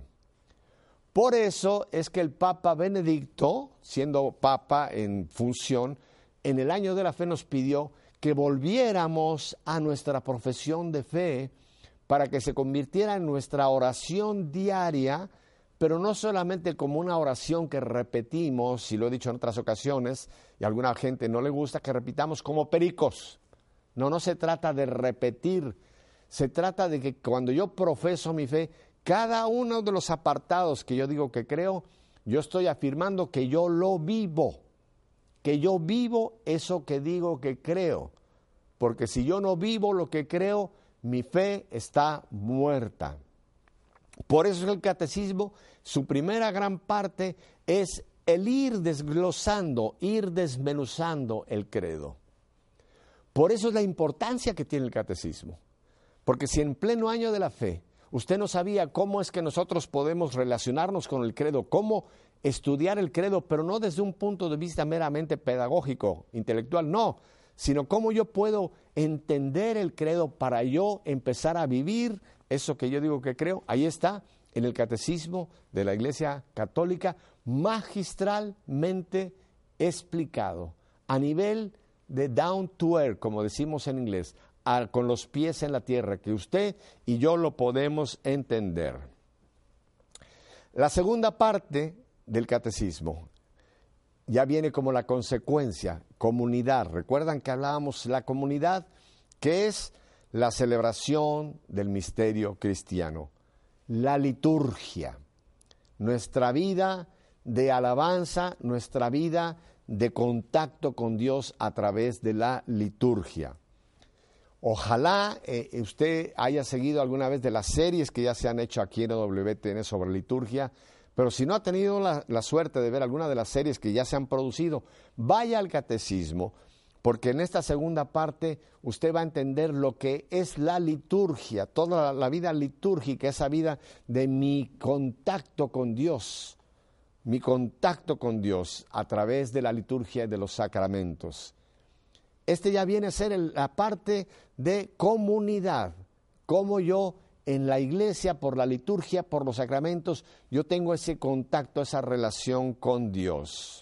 Por eso es que el Papa Benedicto, siendo Papa en función, en el año de la fe nos pidió que volviéramos a nuestra profesión de fe para que se convirtiera en nuestra oración diaria, pero no solamente como una oración que repetimos, y lo he dicho en otras ocasiones, y a alguna gente no le gusta que repitamos como pericos. No, no se trata de repetir, se trata de que cuando yo profeso mi fe, cada uno de los apartados que yo digo que creo, yo estoy afirmando que yo lo vivo, que yo vivo eso que digo que creo, porque si yo no vivo lo que creo, mi fe está muerta. Por eso el catecismo, su primera gran parte es el ir desglosando, ir desmenuzando el credo. Por eso es la importancia que tiene el catecismo. Porque si en pleno año de la fe usted no sabía cómo es que nosotros podemos relacionarnos con el credo, cómo estudiar el credo, pero no desde un punto de vista meramente pedagógico, intelectual, no, sino cómo yo puedo entender el credo para yo empezar a vivir eso que yo digo que creo, ahí está, en el Catecismo de la Iglesia Católica, magistralmente explicado, a nivel de down to earth, como decimos en inglés, a, con los pies en la tierra, que usted y yo lo podemos entender. La segunda parte del Catecismo ya viene como la consecuencia, comunidad. ¿Recuerdan que hablábamos la comunidad? Que es la celebración del misterio cristiano, la liturgia, nuestra vida de alabanza, nuestra vida de contacto con Dios a través de la liturgia. Ojalá eh, usted haya seguido alguna vez de las series que ya se han hecho aquí en W T N sobre liturgia, pero si no ha tenido la, la suerte de ver alguna de las series que ya se han producido, vaya al catecismo, porque en esta segunda parte usted va a entender lo que es la liturgia, toda la, la vida litúrgica, esa vida de mi contacto con Dios, mi contacto con Dios a través de la liturgia y de los sacramentos. Este ya viene a ser el, la parte de comunidad, como yo en la iglesia, por la liturgia, por los sacramentos, yo tengo ese contacto, esa relación con Dios.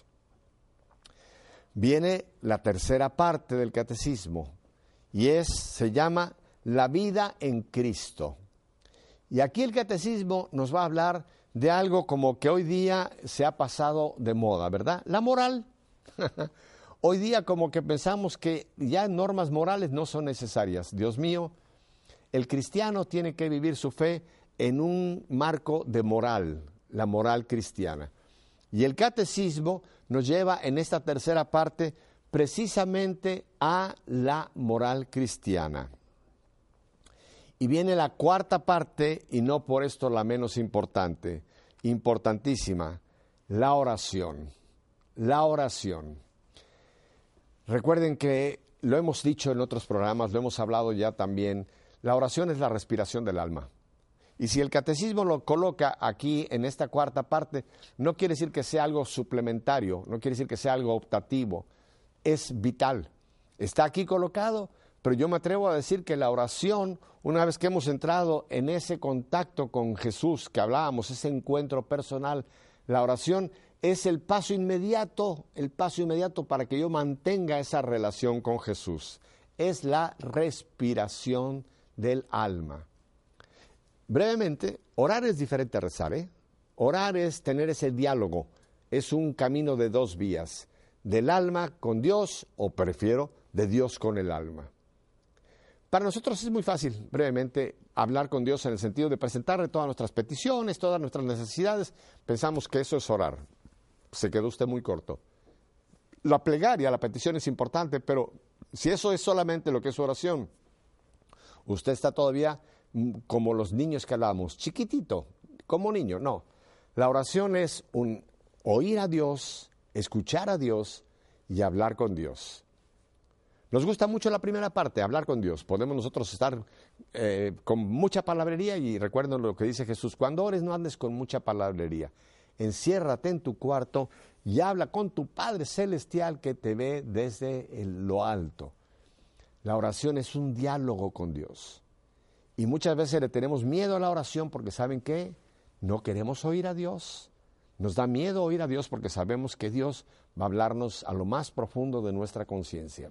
Viene la tercera parte del catecismo y es, se llama la vida en Cristo. Y aquí el catecismo nos va a hablar de algo como que hoy día se ha pasado de moda, ¿verdad? La moral. Hoy día como que pensamos que ya normas morales no son necesarias. Dios mío, el cristiano tiene que vivir su fe en un marco de moral, la moral cristiana. Y el catecismo nos lleva en esta tercera parte precisamente a la moral cristiana. Y viene la cuarta parte, y no por esto la menos importante, importantísima, la oración. La oración. Recuerden que lo hemos dicho en otros programas, lo hemos hablado ya también, la oración es la respiración del alma. Y si el catecismo lo coloca aquí en esta cuarta parte, no quiere decir que sea algo suplementario, no quiere decir que sea algo optativo, es vital. Está aquí colocado, pero yo me atrevo a decir que la oración, una vez que hemos entrado en ese contacto con Jesús que hablábamos, ese encuentro personal, la oración es el paso inmediato, el paso inmediato para que yo mantenga esa relación con Jesús. Es la respiración del alma. Brevemente, orar es diferente a rezar, ¿eh? Orar es tener ese diálogo, es un camino de dos vías, del alma con Dios, o prefiero, de Dios con el alma. Para nosotros es muy fácil, brevemente, hablar con Dios en el sentido de presentarle todas nuestras peticiones, todas nuestras necesidades. Pensamos que eso es orar. Se quedó usted muy corto. La plegaria, la petición es importante, pero si eso es solamente lo que es oración, usted está todavía como los niños que hablamos, chiquitito, como niño. No, la oración es un oír a Dios, escuchar a Dios y hablar con Dios. Nos gusta mucho la primera parte, hablar con Dios. Podemos nosotros estar eh, con mucha palabrería, y recuerden lo que dice Jesús: cuando ores no andes con mucha palabrería. Enciérrate en tu cuarto y habla con tu Padre Celestial que te ve desde el, lo alto. La oración es un diálogo con Dios. Y muchas veces le tenemos miedo a la oración porque, ¿saben qué? No queremos oír a Dios. Nos da miedo oír a Dios porque sabemos que Dios va a hablarnos a lo más profundo de nuestra conciencia.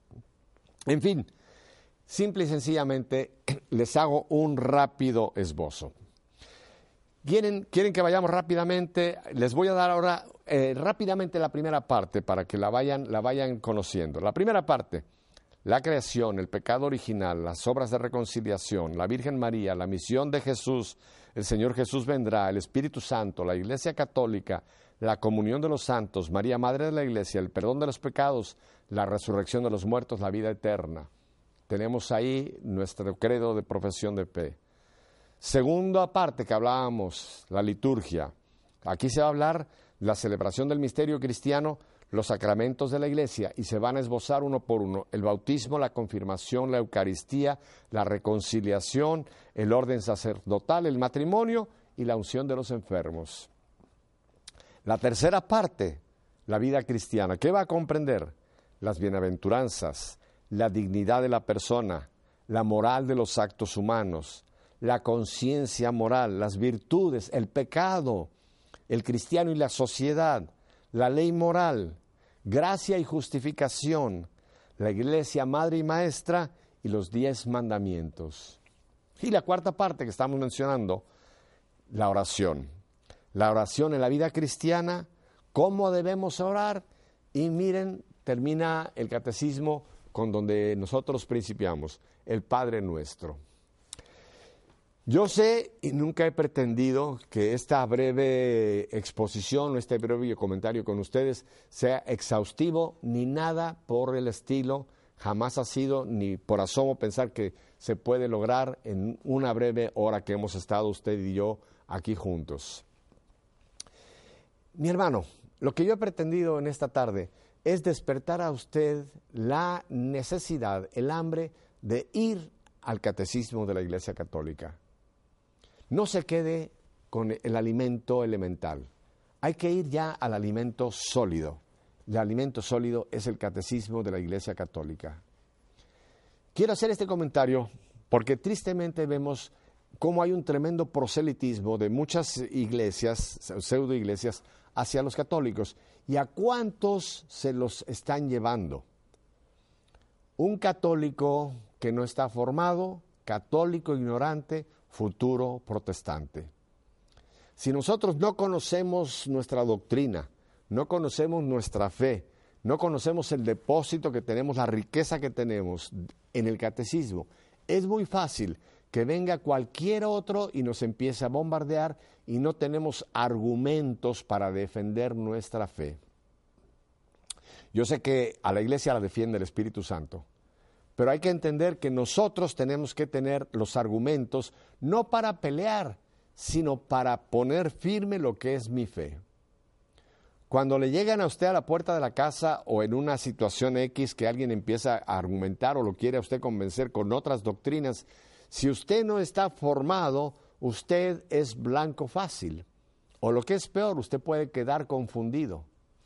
En fin, simple y sencillamente les hago un rápido esbozo. ¿Quieren, quieren que vayamos rápidamente? Les voy a dar ahora eh, rápidamente la primera parte para que la vayan, la vayan conociendo. La primera parte: la creación, el pecado original, las obras de reconciliación, la Virgen María, la misión de Jesús, el Señor Jesús vendrá, el Espíritu Santo, la Iglesia Católica, la comunión de los santos, María Madre de la Iglesia, el perdón de los pecados, la resurrección de los muertos, la vida eterna. Tenemos ahí nuestro credo de profesión de fe. Segunda parte que hablábamos, la liturgia. Aquí se va a hablar de la celebración del misterio cristiano, los sacramentos de la Iglesia, y se van a esbozar uno por uno: el bautismo, la confirmación, la Eucaristía, la reconciliación, el orden sacerdotal, el matrimonio y la unción de los enfermos. La tercera parte, la vida cristiana. ¿Qué va a comprender? Las bienaventuranzas, la dignidad de la persona, la moral de los actos humanos, la conciencia moral, las virtudes, el pecado, el cristiano y la sociedad, la ley moral, gracia y justificación, la Iglesia madre y maestra y los diez mandamientos. Y la cuarta parte que estamos mencionando, la oración. La oración en la vida cristiana, cómo debemos orar, y miren, termina el catecismo con donde nosotros principiamos, el Padre Nuestro. Yo sé y nunca he pretendido que esta breve exposición o este breve comentario con ustedes sea exhaustivo ni nada por el estilo. Jamás ha sido ni por asomo pensar que se puede lograr en una breve hora que hemos estado usted y yo aquí juntos. Mi hermano, lo que yo he pretendido en esta tarde es despertar a usted la necesidad, el hambre de ir al catecismo de la Iglesia Católica. No se quede con el alimento elemental. Hay que ir ya al alimento sólido. El alimento sólido es el catecismo de la Iglesia Católica. Quiero hacer este comentario porque tristemente vemos cómo hay un tremendo proselitismo de muchas iglesias, pseudo iglesias, hacia los católicos. ¿Y a cuántos se los están llevando? Un católico que no está formado, católico ignorante, futuro protestante. Si nosotros no conocemos nuestra doctrina, no conocemos nuestra fe, no conocemos el depósito que tenemos, la riqueza que tenemos en el catecismo, es muy fácil que venga cualquier otro y nos empiece a bombardear y no tenemos argumentos para defender nuestra fe. Yo sé que a la Iglesia la defiende el Espíritu Santo, Pero hay que entender que nosotros tenemos que tener los argumentos no para pelear, sino para poner firme lo que es mi fe. Cuando le llegan a usted a la puerta de la casa o en una situación X que alguien empieza a argumentar o lo quiere a usted convencer con otras doctrinas, si usted no está formado, usted es blanco fácil. O lo que es peor, usted puede quedar confundido.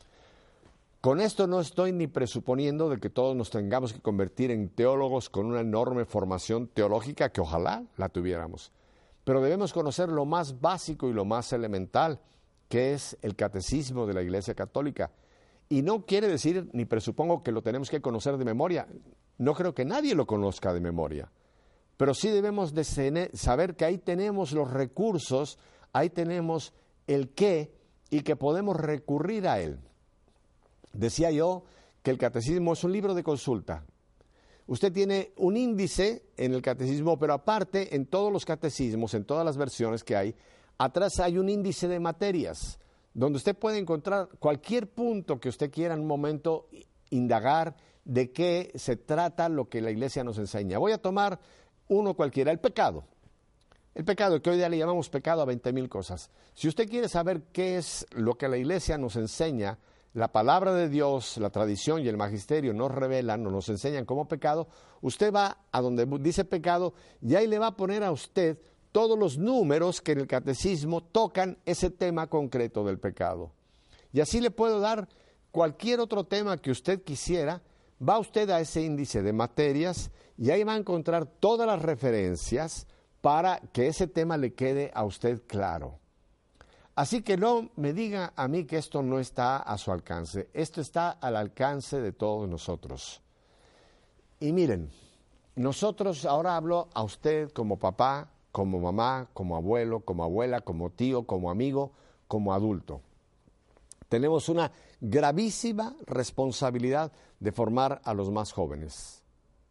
Con esto no estoy ni presuponiendo de que todos nos tengamos que convertir en teólogos con una enorme formación teológica, que ojalá la tuviéramos. Pero debemos conocer lo más básico y lo más elemental, que es el catecismo de la Iglesia Católica. Y no quiere decir, ni presupongo que lo tenemos que conocer de memoria. No creo que nadie lo conozca de memoria. Pero sí debemos de saber que ahí tenemos los recursos, ahí tenemos el qué y que podemos recurrir a él. Decía yo que el catecismo es un libro de consulta. Usted tiene un índice en el catecismo, pero aparte en todos los catecismos, en todas las versiones que hay, atrás hay un índice de materias, donde usted puede encontrar cualquier punto que usted quiera en un momento indagar de qué se trata lo que la Iglesia nos enseña. Voy a tomar uno cualquiera, el pecado. El pecado, que hoy día le llamamos pecado a veinte mil cosas. Si usted quiere saber qué es lo que la Iglesia nos enseña, la palabra de Dios, la tradición y el magisterio nos revelan o nos enseñan como pecado, usted va a donde dice pecado y ahí le va a poner a usted todos los números que en el catecismo tocan ese tema concreto del pecado. Y así le puedo dar cualquier otro tema que usted quisiera, va usted a ese índice de materias y ahí va a encontrar todas las referencias para que ese tema le quede a usted claro. Así que no me diga a mí que esto no está a su alcance, esto está al alcance de todos nosotros. Y miren, nosotros, ahora hablo a usted como papá, como mamá, como abuelo, como abuela, como tío, como amigo, como adulto. Tenemos una gravísima responsabilidad de formar a los más jóvenes.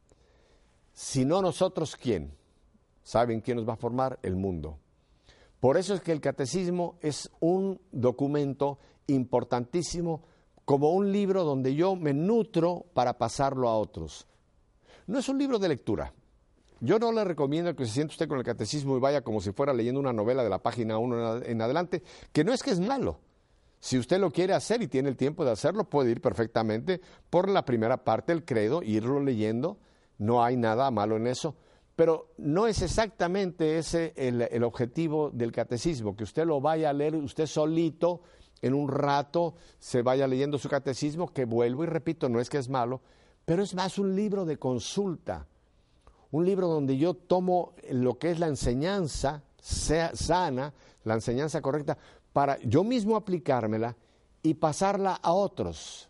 Si no nosotros, ¿quién? ¿Saben quién nos va a formar? El mundo. Por eso es que el catecismo es un documento importantísimo, como un libro donde yo me nutro para pasarlo a otros. No es un libro de lectura. Yo no le recomiendo que se siente usted con el catecismo y vaya como si fuera leyendo una novela de la página uno en adelante, que no es que es malo. Si usted lo quiere hacer y tiene el tiempo de hacerlo, puede ir perfectamente por la primera parte del credo, irlo leyendo, no hay nada malo en eso. Pero no es exactamente ese el, el objetivo del catecismo, que usted lo vaya a leer usted solito, en un rato se vaya leyendo su catecismo, que vuelvo y repito, no es que es malo, pero es más un libro de consulta, un libro donde yo tomo lo que es la enseñanza sea sana, la enseñanza correcta, para yo mismo aplicármela y pasarla a otros.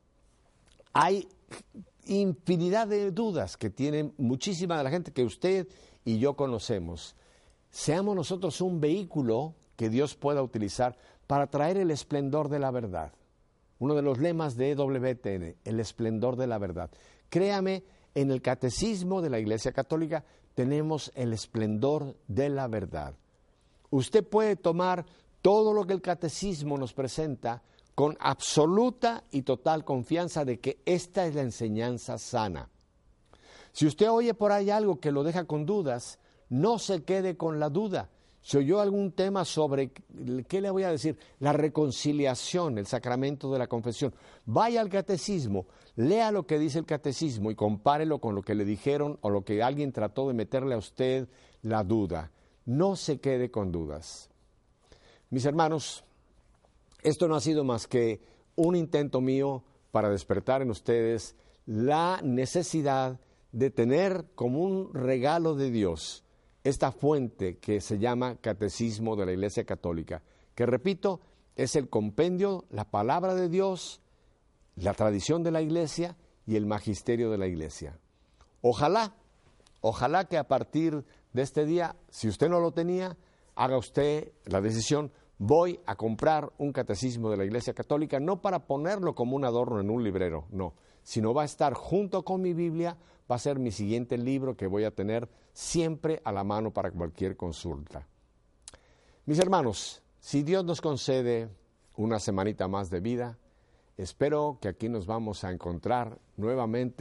Hay infinidad de dudas que tiene muchísima de la gente que usted y yo conocemos. Seamos nosotros un vehículo que Dios pueda utilizar para traer el esplendor de la verdad. Uno de los lemas de E W T N, el esplendor de la verdad. Créame, en el catecismo de la Iglesia Católica tenemos el esplendor de la verdad. Usted puede tomar todo lo que el catecismo nos presenta con absoluta y total confianza de que esta es la enseñanza sana. Si usted oye por ahí algo que lo deja con dudas, no se quede con la duda. Si oyó algún tema sobre, ¿qué le voy a decir? La reconciliación, el sacramento de la confesión. Vaya al catecismo, lea lo que dice el catecismo y compárelo con lo que le dijeron o lo que alguien trató de meterle a usted la duda. No se quede con dudas. Mis hermanos, esto no ha sido más que un intento mío para despertar en ustedes la necesidad de tener como un regalo de Dios esta fuente que se llama Catecismo de la Iglesia Católica, que repito, es el compendio, la palabra de Dios, la tradición de la Iglesia y el magisterio de la Iglesia. Ojalá, ojalá que a partir de este día, si usted no lo tenía, haga usted la decisión. Voy a comprar un catecismo de la Iglesia Católica, no para ponerlo como un adorno en un librero, no, sino va a estar junto con mi Biblia, va a ser mi siguiente libro que voy a tener siempre a la mano para cualquier consulta. Mis hermanos, si Dios nos concede una semanita más de vida, espero que aquí nos vamos a encontrar nuevamente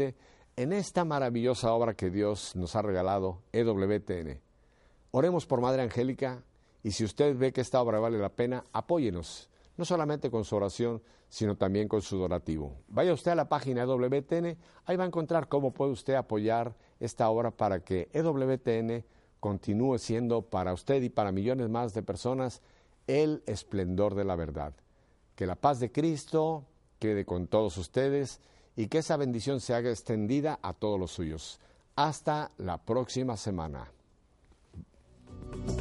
en esta maravillosa obra que Dios nos ha regalado, E W T N. Oremos por Madre Angélica, y si usted ve que esta obra vale la pena, apóyenos, no solamente con su oración, sino también con su donativo. Vaya usted a la página E W T N, ahí va a encontrar cómo puede usted apoyar esta obra para que E W T N continúe siendo para usted y para millones más de personas el esplendor de la verdad. Que la paz de Cristo quede con todos ustedes y que esa bendición se haga extendida a todos los suyos. Hasta la próxima semana.